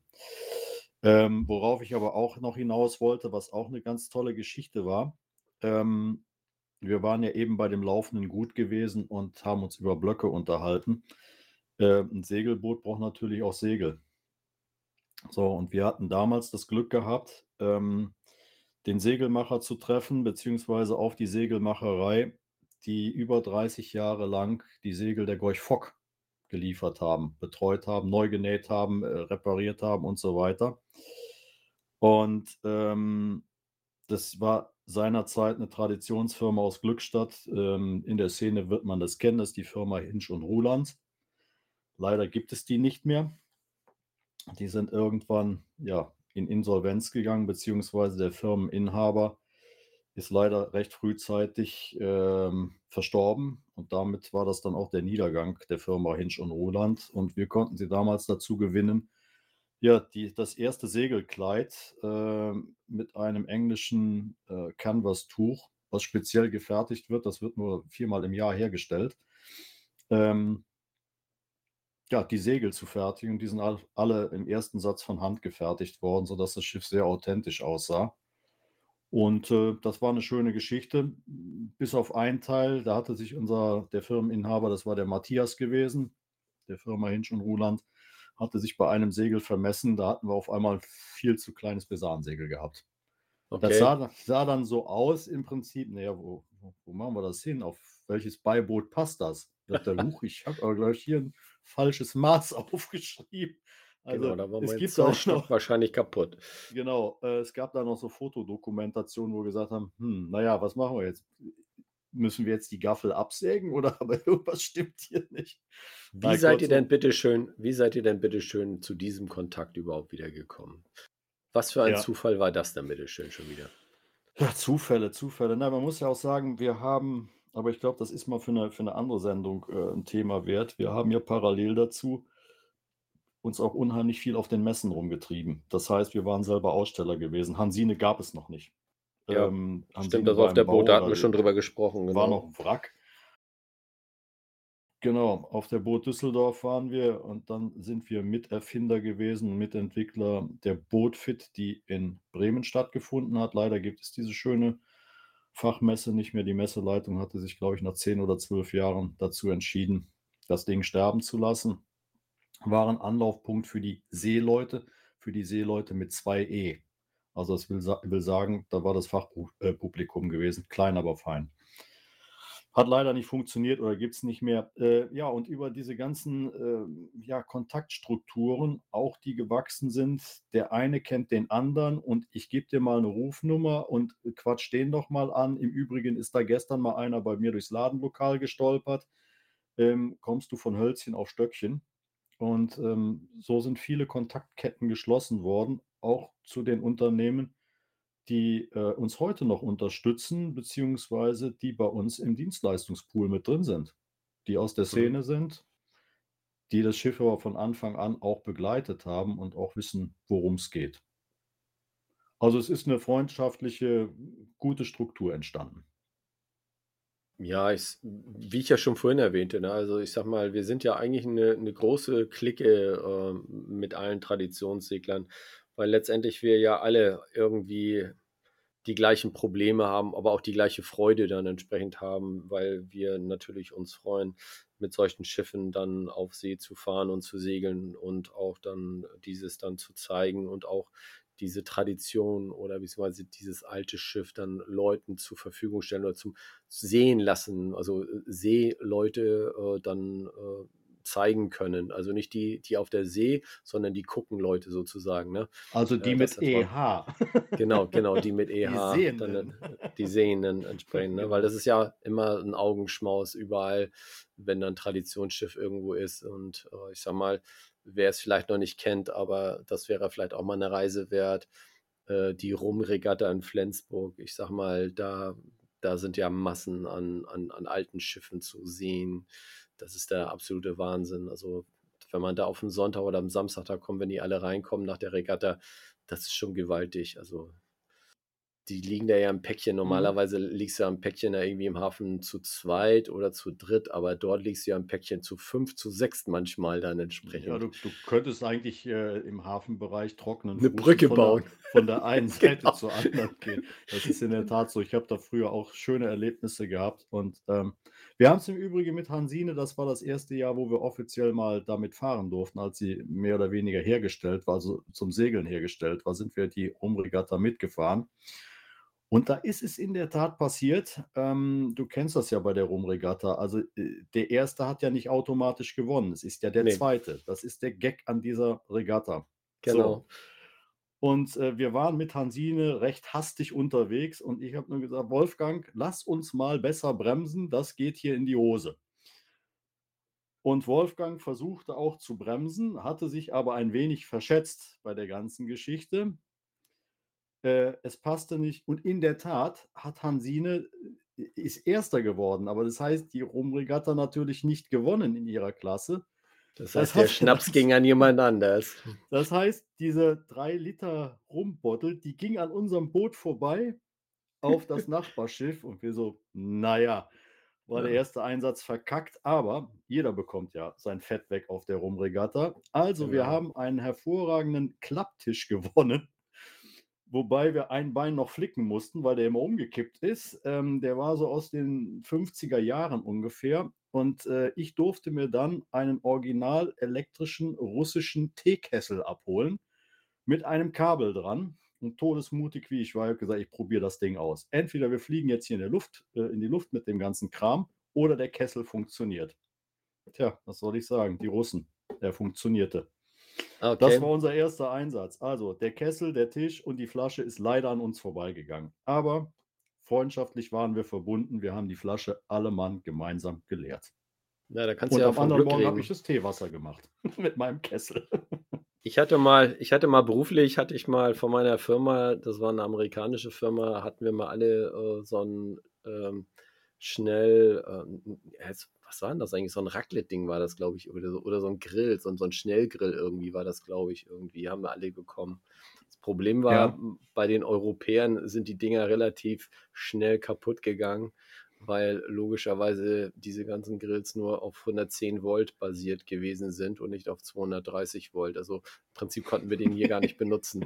Ähm, worauf ich aber auch noch hinaus wollte, was auch eine ganz tolle Geschichte war, ähm, wir waren ja eben bei dem laufenden Gut gewesen und haben uns über Blöcke unterhalten. Äh, 'n Segelboot braucht natürlich auch Segel. So, und wir hatten damals das Glück gehabt, ähm, den Segelmacher zu treffen, beziehungsweise auf die Segelmacherei, die über dreißig Jahre lang die Segel der Gorch Fock geliefert haben, betreut haben, neu genäht haben, äh, repariert haben und so weiter. Und, ähm, das war seinerzeit eine Traditionsfirma aus Glückstadt. Ähm, in der Szene wird man das kennen, das ist die Firma Hinsch und Ruland. Leider gibt es die nicht mehr. Die sind irgendwann, ja, in Insolvenz gegangen, beziehungsweise der Firmeninhaber ist leider recht frühzeitig, ähm, verstorben und damit war das dann auch der Niedergang der Firma Hinsch und Roland und wir konnten sie damals dazu gewinnen, ja, die das erste Segelkleid, ähm, mit einem englischen, äh, Canvas-Tuch, was speziell gefertigt wird, das wird nur viermal im Jahr hergestellt, ähm ja, die Segel zu fertigen. Die sind all alle im ersten Satz von Hand gefertigt worden, sodass das Schiff sehr authentisch aussah. Und, äh, das war eine schöne Geschichte, bis auf einen Teil, da hatte sich unser der Firmeninhaber, das war der Matthias gewesen, der Firma Hinsch und Ruland, hatte sich bei einem Segel vermessen. Da hatten wir auf einmal 'n viel zu kleines Besansegel gehabt. Das okay. sah da sah dann so aus im Prinzip, na ja, wo wo wo machen wir das hin? Auf welches Beiboot passt das? Ich dachte: „Huch, ich habe aber gleich hier 'n falsches Maß aufgeschrieben.“ Genau, Also, da war es mein gibt auch Zollstock noch wahrscheinlich kaputt. genau, äh, es gab da noch so Fotodokumentationen, wo wir gesagt haben: „Hm, na ja, was machen wir jetzt? Müssen wir jetzt die Gaffel absägen oder aber irgendwas stimmt hier nicht?“ Wie Na, seid ihr denn kurzum, bitte schön wie seid ihr denn bitte schön zu diesem Kontakt überhaupt wieder gekommen? Was für ein ja. Zufall war das denn bitte schön schon wieder? Ja, Zufälle, Zufälle. Na, man muss ja auch sagen, wir haben aber ich glaube, das ist mal für eine für eine andere Sendung, äh, 'n Thema wert. Wir haben ja parallel dazu uns auch unheimlich viel auf den Messen rumgetrieben. Das heißt, wir waren selber Aussteller gewesen. Hansine gab es noch nicht. Ja, Ähm, stimmt, Hansine also war auf der im Bau Boot, da hatten oder wir l schon drüber gesprochen, war genau. noch 'n Wrack. Genau, auf der Boot Düsseldorf waren wir und dann sind wir Miterfinder gewesen, Mitentwickler der Bootfit, die in Bremen stattgefunden hat. Leider gibt es diese schöne Fachmesse nicht mehr. Die Messeleitung hatte sich, glaube ich, nach zehn oder zwölf Jahren dazu entschieden, das Ding sterben zu lassen. War ein Anlaufpunkt für die Seeleute, für die Seeleute mit zwei E. Also das will, sa will sagen, da war das Fachpublikum gewesen, klein, aber fein. Hat leider nicht funktioniert oder gibt es nicht mehr. Äh, ja, und über diese ganzen äh, ja, Kontaktstrukturen, auch die gewachsen sind, der eine kennt den anderen und ich gebe dir mal eine Rufnummer und quatsch den doch mal an. Im Übrigen ist da gestern mal einer bei mir durchs Ladenlokal gestolpert. Ähm, kommst du von Hölzchen auf Stöckchen? Und ähm, so sind viele Kontaktketten geschlossen worden, auch zu den Unternehmen, die äh, uns heute noch unterstützen, beziehungsweise die bei uns im Dienstleistungspool mit drin sind, die aus der Mhm. Szene sind, die das Schiff aber von Anfang an auch begleitet haben und auch wissen, worum es geht. Also es ist eine freundschaftliche, gute Struktur entstanden. Ja, ich, wie ich ja schon vorhin erwähnte, ne, also ich sag mal, wir sind ja eigentlich eine, eine große Clique ähm, mit allen Traditionsseglern, weil letztendlich wir ja alle irgendwie die gleichen Probleme haben, aber auch die gleiche Freude dann entsprechend haben, weil wir natürlich uns freuen, mit solchen Schiffen dann auf See zu fahren und zu segeln und auch dann dieses dann zu zeigen und auch diese Tradition oder beziehungsweise dieses alte Schiff dann Leuten zur Verfügung stellen oder zum Sehen lassen, also äh, Seeleute äh, dann äh, zeigen können. Also nicht die, die auf der See, sondern die Guckenleute sozusagen. Ne? Also die Äh, das, mit das war, E H. Genau, genau, die mit Die E H, dann Sehenden. äh, die Sehenden entsprechend, ne? Weil Genau. das ist ja immer ein Augenschmaus überall, wenn da ein Traditionsschiff irgendwo ist. Und äh, ich sag mal, wer es vielleicht noch nicht kennt, aber das wäre vielleicht auch mal eine Reise wert. Äh, die Rumregatta in Flensburg, ich sag mal, da, da sind ja Massen an, an, an alten Schiffen zu sehen. Das ist der absolute Wahnsinn. Also wenn man da auf den Sonntag oder am Samstag da kommt, wenn die alle reinkommen nach der Regatta, das ist schon gewaltig. Also die liegen da ja im Päckchen. Mhm. Normalerweise liegst du ja im Päckchen da irgendwie im Hafen zu zweit oder zu dritt, aber dort liegst du ja im Päckchen zu fünf, zu sechs manchmal dann Ja, entsprechend. du, du könntest eigentlich äh, im Hafenbereich trockenen Eine Fußes Brücke von der, bauen. von der einen Seite Genau. zur anderen gehen. Das ist in der Tat so. Ich habe da früher auch schöne Erlebnisse gehabt. Und ähm, wir haben es im Übrigen mit Hansine, das war das erste Jahr, wo wir offiziell mal damit fahren durften, als sie mehr oder weniger hergestellt war, also zum Segeln hergestellt war, sind wir die Rumregatta mitgefahren. Und da ist es in der Tat passiert, ähm, du kennst das ja bei der Rumregatta, also äh, der Erste hat ja nicht automatisch gewonnen, es ist ja der Nee, Zweite. Das ist der Gag an dieser Regatta. So, genau. und äh, wir waren mit Hansine recht hastig unterwegs und ich habe nur gesagt, Wolfgang, lass uns mal besser bremsen, das geht hier in die Hose. Und Wolfgang versuchte auch zu bremsen, hatte sich aber ein wenig verschätzt bei der ganzen Geschichte. Äh, es passte nicht und in der Tat hat Hansine äh, ist Erster geworden, aber das heißt, die Rumregatta natürlich nicht gewonnen in ihrer Klasse. Das Das heißt, der hat Schnaps das ging an jemand anders. das heißt, diese drei Liter Rumbottle, die ging an unserem Boot vorbei auf das Nachbarschiff und wir so: „Na ja, war der Ja, erste Einsatz verkackt“, aber jeder bekommt ja sein Fett weg auf der Rumregatta. Also, wir genau. haben einen hervorragenden Klapptisch gewonnen. Wobei wir ein Bein noch flicken mussten, weil der immer umgekippt ist. Ähm, der war so aus den fünfziger Jahren ungefähr. Und äh, ich durfte mir dann einen original elektrischen russischen Teekessel abholen mit einem Kabel dran. Und todesmutig wie ich war, habe ich gesagt, ich probiere das Ding aus. Entweder wir fliegen jetzt hier in, der Luft, äh, in die Luft mit dem ganzen Kram oder der Kessel funktioniert. Tja, was soll ich sagen? Die Russen, der funktionierte. Das Okay. war unser erster Einsatz. Also der Kessel, der Tisch und die Flasche ist leider an uns vorbeigegangen. Aber freundschaftlich waren wir verbunden. Wir haben die Flasche alle Mann gemeinsam geleert. Na, da kannst du Und ja am von anderen Glück Morgen habe ich reden. das Teewasser gemacht mit meinem Kessel. Ich hatte mal, ich hatte mal beruflich, hatte ich mal von meiner Firma, das war eine amerikanische Firma, hatten wir mal alle äh, so ein ähm, schnell, ähm, ja, jetzt, was war denn das eigentlich? So ein Raclette-Ding war das, glaube ich, oder so, oder so ein Grill, so, ein- so ein Schnellgrill irgendwie war das, glaube ich, irgendwie, haben wir alle bekommen. Das Problem war, Ja. m, bei den Europäern sind die Dinger relativ schnell kaputt gegangen. weil logischerweise diese ganzen Grills nur auf hundertzehn Volt basiert gewesen sind und nicht auf zweihundertdreißig Volt. Also im Prinzip konnten wir den hier gar nicht benutzen.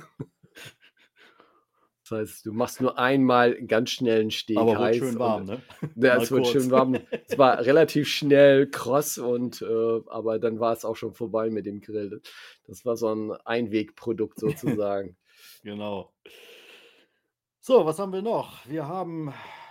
Das heißt, du machst nur einmal ganz schnell einen Steak Aber wird heiß. schön warm, und, ne? Ja, Mal es wird kurz. schön warm. Es war relativ schnell kross, und, äh, aber dann war es auch schon vorbei mit dem Grill. Das war so ein Einwegprodukt sozusagen. Genau. So, was haben wir noch? Wir haben,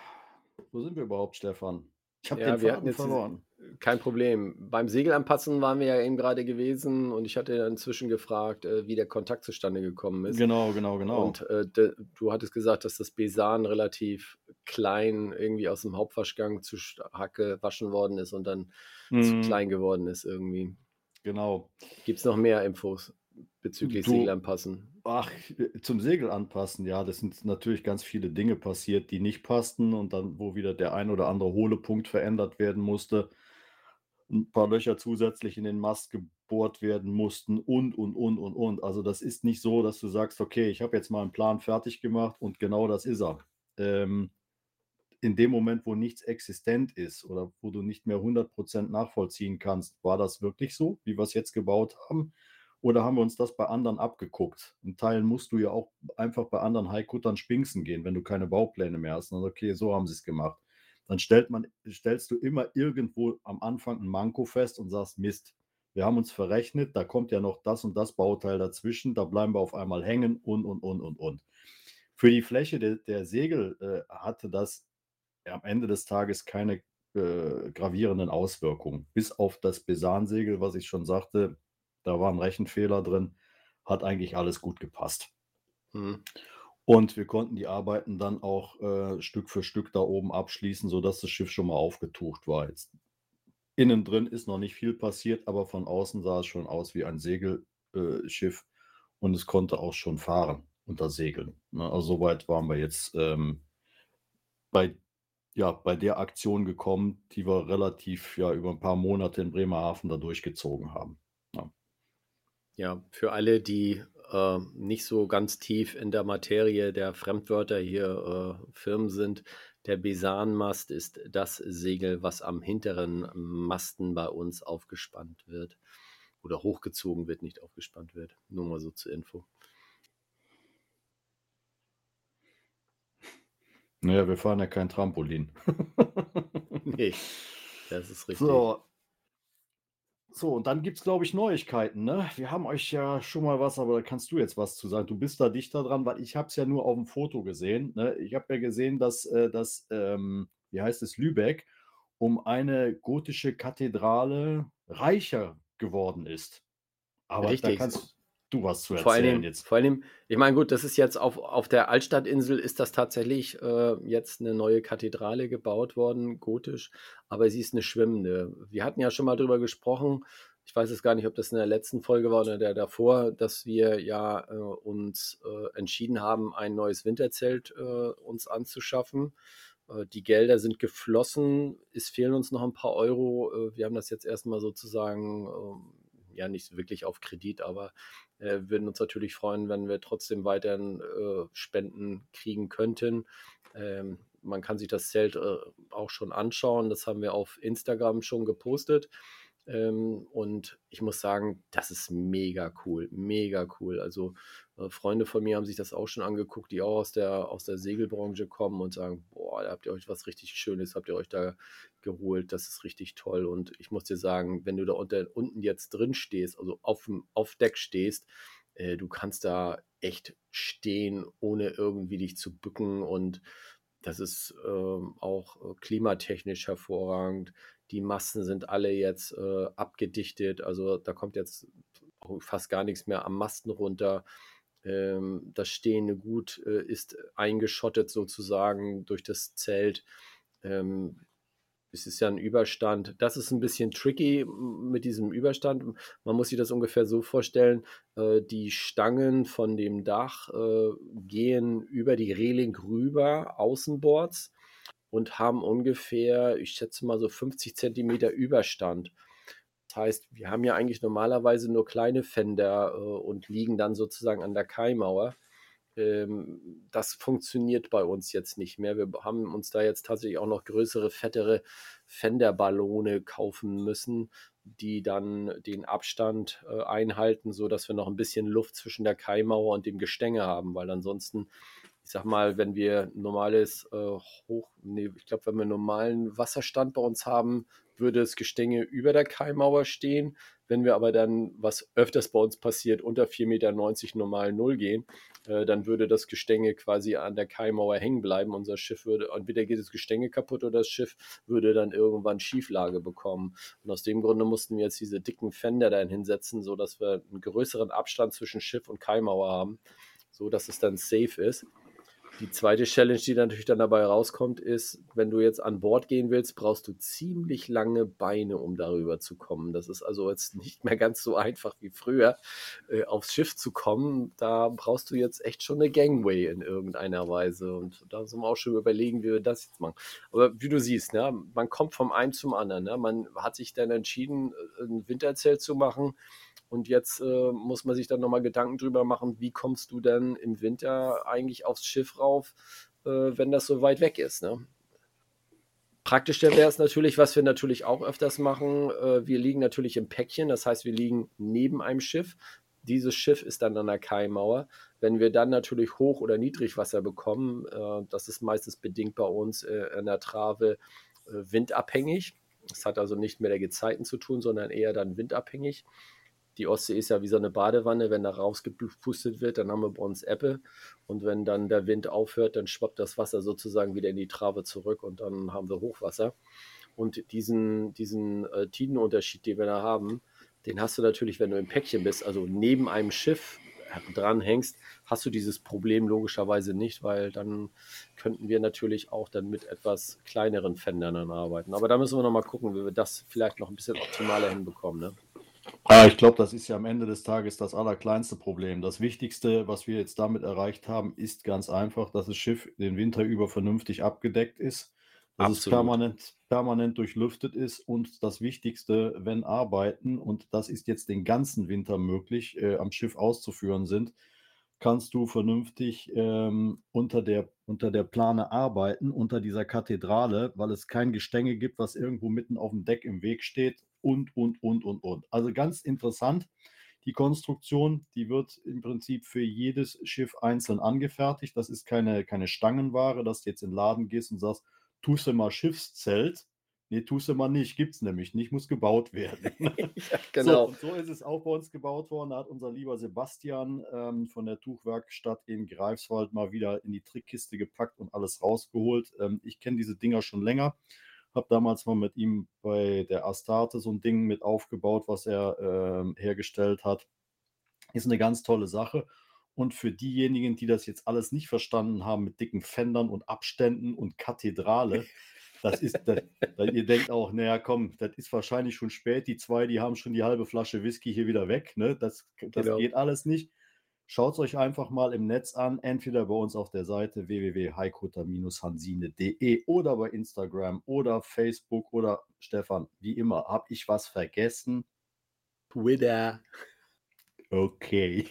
wo sind wir überhaupt, Stefan? Ich habe Ja, den wir hatten Faden jetzt diese, verloren. kein Problem. Beim Segelanpassen waren wir ja eben gerade gewesen, und ich hatte dann inzwischen gefragt, äh, wie der Kontakt zustande gekommen ist. Genau, genau, genau. Und äh, de, du hattest gesagt, dass das Besan relativ klein irgendwie aus dem Hauptwaschgang zu stark gewaschen worden ist und dann zu Mhm, klein geworden ist irgendwie. genau. Gibt es noch mehr Infos bezüglich Du, Segelanpassen? ach, zum Segel anpassen, ja, das sind natürlich ganz viele Dinge passiert, die nicht passten und dann, wo wieder der ein oder andere hohle Punkt verändert werden musste, ein paar Löcher zusätzlich in den Mast gebohrt werden mussten und, und, und, und, und. Also das ist nicht so, dass du sagst, okay, ich habe jetzt mal einen Plan fertig gemacht und genau das ist er. Ähm, in dem Moment, wo nichts existent ist oder wo du nicht mehr hundert Prozent nachvollziehen kannst, war das wirklich so, wie wir es jetzt gebaut haben? Oder haben wir uns das bei anderen abgeguckt? In Teilen musst du ja auch einfach bei anderen Highcuttern spinksen gehen, wenn du keine Baupläne mehr hast. Und dann, okay, so haben sie es gemacht. Dann stellt man, stellst du immer irgendwo am Anfang ein Manko fest und sagst, Mist, wir haben uns verrechnet, da kommt ja noch das und das Bauteil dazwischen, da bleiben wir auf einmal hängen und, und, und, und, und. Für die Fläche der, der Segel äh, hatte das am Ende des Tages keine äh, gravierenden Auswirkungen. Bis auf das Besansegel, was ich schon sagte, da war ein Rechenfehler drin, hat eigentlich alles gut gepasst. Hm. Und wir konnten die Arbeiten dann auch äh, Stück für Stück da oben abschließen, sodass das Schiff schon mal aufgetucht war. Jetzt innen drin ist noch nicht viel passiert, aber von außen sah es schon aus wie ein Segelschiff äh, und es konnte auch schon fahren unter Segeln. Ne? Also soweit waren wir jetzt ähm, bei ja, bei der Aktion gekommen, die wir relativ, ja, über ein paar Monate in Bremerhaven da durchgezogen haben. Ja. Ja, für alle, die äh, nicht so ganz tief in der Materie der Fremdwörter hier äh, Firmen sind, der Besanmast ist das Segel, was am hinteren Masten bei uns aufgespannt wird. Oder hochgezogen wird, nicht aufgespannt wird. Nur mal so zur Info. Naja, wir fahren ja kein Trampolin. Nee, das ist richtig. So. So, und dann gibt es, glaube ich, Neuigkeiten, ne? Wir haben euch ja schon mal was, aber da kannst du jetzt was zu sagen. Du bist da dichter dran, weil ich habe es ja nur auf dem Foto gesehen. Ne? Ich habe ja gesehen, dass äh, das, ähm, wie heißt es, Lübeck, um eine gotische Kathedrale reicher geworden ist. Aber da Richtig. kannst du was zu Vor erzählen allem, jetzt. vor allem, ich meine, gut, das ist jetzt auf, auf der Altstadtinsel ist das tatsächlich äh, jetzt eine neue Kathedrale gebaut worden, gotisch, aber sie ist eine schwimmende. Wir hatten ja schon mal drüber gesprochen, ich weiß jetzt gar nicht, ob das in der letzten Folge war oder der davor, dass wir ja äh, uns äh, entschieden haben, ein neues Winterzelt äh, uns anzuschaffen. Äh, die Gelder sind geflossen, es fehlen uns noch ein paar Euro. Äh, wir haben das jetzt erstmal sozusagen, äh, ja, nicht wirklich auf Kredit, aber äh, würden uns natürlich freuen, wenn wir trotzdem weiterhin äh, Spenden kriegen könnten. Ähm, man kann sich das Zelt äh, auch schon anschauen. Das haben wir auf Instagram schon gepostet. Ähm, und ich muss sagen, das ist mega cool, mega cool. Also äh, Freunde von mir haben sich das auch schon angeguckt, die auch aus der, aus der Segelbranche kommen und sagen, boah, da habt ihr euch was richtig Schönes, habt ihr euch da geholt, das ist richtig toll. Und ich muss dir sagen, wenn du da unter, unten jetzt drin stehst, also auf, dem- auf Deck stehst, äh, du kannst da echt stehen, ohne irgendwie dich zu bücken, und das ist ähm, auch äh, klimatechnisch hervorragend. Die Masten sind alle jetzt äh, abgedichtet, also da kommt jetzt auch fast gar nichts mehr am Masten runter. Ähm, das Stehende Gut äh, ist eingeschottet sozusagen durch das Zelt. Ähm, es ist ja ein Überstand. Das ist ein bisschen tricky mit diesem Überstand. Man muss sich das ungefähr so vorstellen, äh, die Stangen von dem Dach äh, gehen über die Reling rüber, außenbords, und haben ungefähr, ich schätze mal so fünfzig Zentimeter Überstand. Das heißt, wir haben ja eigentlich normalerweise nur kleine Fender äh, und liegen dann sozusagen an der Kaimauer. Ähm, das funktioniert bei uns jetzt nicht mehr. Wir haben uns da jetzt tatsächlich auch noch größere, fettere Fenderballone kaufen müssen, die dann den Abstand äh, einhalten, sodass wir noch ein bisschen Luft zwischen der Kaimauer und dem Gestänge haben, weil ansonsten, ich sag mal, wenn wir normales äh, hoch, nee, ich glaube, wenn wir normalen Wasserstand bei uns haben, würde das Gestänge über der Kaimauer stehen. Wenn wir aber dann, was öfters bei uns passiert, unter vier Meter neunzig normal Null gehen, äh, dann würde das Gestänge quasi an der Kaimauer hängen bleiben. Unser Schiff würde, entweder geht das Gestänge kaputt oder das Schiff würde dann irgendwann Schieflage bekommen. Und aus dem Grunde mussten wir jetzt diese dicken Fender dahin hinsetzen, sodass wir einen größeren Abstand zwischen Schiff und Kaimauer haben, so dass es dann safe ist. Die zweite Challenge, die natürlich dann dabei rauskommt, ist, wenn du jetzt an Bord gehen willst, brauchst du ziemlich lange Beine, um darüber zu kommen. Das ist also jetzt nicht mehr ganz so einfach wie früher, äh, aufs Schiff zu kommen. Da brauchst du jetzt echt schon eine Gangway in irgendeiner Weise. Und da sind wir auch schon überlegen, wie wir das jetzt machen. Aber wie du siehst, ne, man kommt vom einen zum anderen. Ne? Man hat sich dann entschieden, ein Winterzelt zu machen. Und jetzt äh, muss man sich dann nochmal Gedanken drüber machen, wie kommst du denn im Winter eigentlich aufs Schiff rauf, äh, wenn das so weit weg ist. Ne? Praktischer wäre es natürlich, was wir natürlich auch öfters machen, äh, wir liegen natürlich im Päckchen, das heißt, wir liegen neben einem Schiff. Dieses Schiff ist dann an der Kaimauer. Wenn wir dann natürlich Hoch- oder Niedrigwasser bekommen, äh, das ist meistens bedingt bei uns äh, in der Trave äh, windabhängig. Das hat also nicht mehr der Gezeiten zu tun, sondern eher dann windabhängig. Die Ostsee ist ja wie so eine Badewanne, wenn da rausgepustet wird, dann haben wir bei uns Ebbe und wenn dann der Wind aufhört, dann schwappt das Wasser sozusagen wieder in die Trave zurück und dann haben wir Hochwasser. Und diesen, diesen äh, Tidenunterschied, den wir da haben, den hast du natürlich, wenn du im Päckchen bist, also neben einem Schiff dranhängst, hast du dieses Problem logischerweise nicht, weil dann könnten wir natürlich auch dann mit etwas kleineren Fendern dann arbeiten. Aber da müssen wir nochmal gucken, wie wir das vielleicht noch ein bisschen optimaler hinbekommen, ne? Ah, ich glaube, das ist ja am Ende des Tages das allerkleinste Problem. Das Wichtigste, was wir jetzt damit erreicht haben, ist ganz einfach, dass das Schiff den Winter über vernünftig abgedeckt ist, dass es Absolut. permanent, permanent durchlüftet ist und das Wichtigste, wenn Arbeiten, und das ist jetzt den ganzen Winter möglich, äh, am Schiff auszuführen sind, kannst du vernünftig ähm, unter der, unter der Plane arbeiten, unter dieser Kathedrale, weil es kein Gestänge gibt, was irgendwo mitten auf dem Deck im Weg steht und, und, und, und, und. Also ganz interessant. Die Konstruktion, die wird im Prinzip für jedes Schiff einzeln angefertigt. Das ist keine, keine Stangenware, dass du jetzt in den Laden gehst und sagst, tust du mal Schiffszelt. Nee, tust du mal nicht, gibt es nämlich nicht, muss gebaut werden. Ja, So, genau. und so ist es auch bei uns gebaut worden. Da hat unser lieber Sebastian ähm, von der Tuchwerkstatt in Greifswald mal wieder in die Trickkiste gepackt und alles rausgeholt. Ähm, ich kenne diese Dinger schon länger. Habe damals mal mit ihm bei der Astarte so ein Ding mit aufgebaut, was er ähm, hergestellt hat. Ist eine ganz tolle Sache. Und für diejenigen, die das jetzt alles nicht verstanden haben mit dicken Fendern und Abständen und Kathedrale, das ist, das, da- ihr denkt auch, naja, komm, das ist wahrscheinlich schon spät. Die zwei, die haben schon die halbe Flasche Whisky hier wieder weg. Ne? Das, das Genau. geht alles nicht. Schaut es euch einfach mal im Netz an, entweder bei uns auf der Seite w w w punkt heikutter hansine punkt de oder bei Instagram oder Facebook oder Stefan, wie immer. Habe ich was vergessen? Twitter. Okay.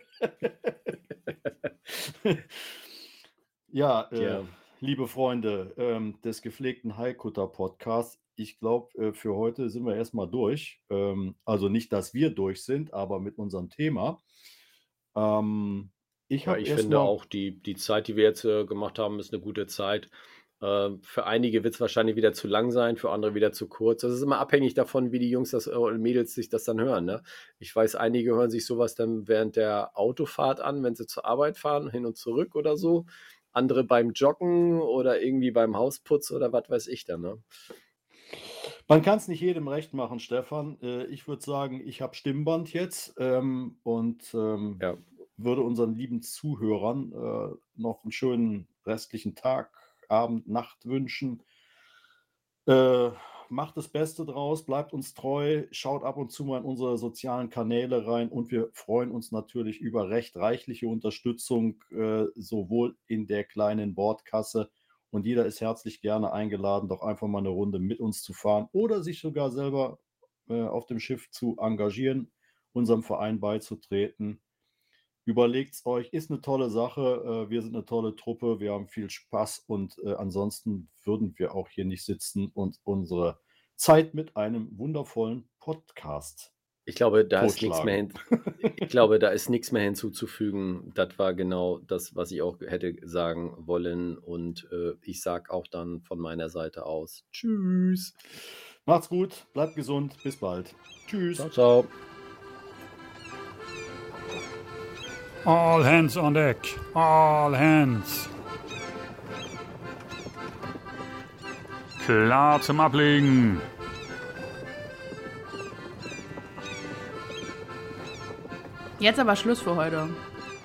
Ja, äh, Ja. liebe Freunde ähm, des gepflegten Haikutter Podcasts, ich glaube, äh, für heute sind wir erstmal durch. Ähm, also nicht, dass wir durch sind, aber mit unserem Thema. Ähm, ich Ja, habe ich finde erstmal, auch, die, die Zeit, die wir jetzt äh, gemacht haben, ist eine gute Zeit. Äh, für einige wird es wahrscheinlich wieder zu lang sein, für andere wieder zu kurz. Das ist immer abhängig davon, wie die Jungs das, äh, und Mädels sich das dann hören. Ne? Ich weiß, einige hören sich sowas dann während der Autofahrt an, wenn sie zur Arbeit fahren, hin und zurück oder so. Andere beim Joggen oder irgendwie beim Hausputz oder was weiß ich dann. Ne? man kann es nicht jedem recht machen, Stefan. Äh, ich würde sagen, ich habe Stimmband jetzt ähm, und ähm, Ja. würde unseren lieben Zuhörern äh, noch einen schönen restlichen Tag, Abend, Nacht wünschen. Äh, macht das Beste draus, bleibt uns treu, schaut ab und zu mal in unsere sozialen Kanäle rein und wir freuen uns natürlich über recht reichliche Unterstützung, äh, sowohl in der kleinen Bordkasse, und jeder ist herzlich gerne eingeladen, doch einfach mal eine Runde mit uns zu fahren oder sich sogar selber äh, auf dem Schiff zu engagieren, unserem Verein beizutreten. Überlegt's euch, ist eine tolle Sache. Äh, wir sind eine tolle Truppe, wir haben viel Spaß und, äh, ansonsten würden wir auch hier nicht sitzen und unsere Zeit mit einem wundervollen Podcast Ich glaube, da ist nichts mehr totschlagen. hin ich glaube, da ist nix mehr hinzuzufügen. Das war genau das, was ich auch hätte sagen wollen und, äh, ich sage auch dann von meiner Seite aus: „Tschüss." Macht's gut, bleibt gesund, bis bald. Tschüss. Ciao, ciao. All hands on deck. All hands. Klar zum Ablegen. Jetzt aber Schluss für heute.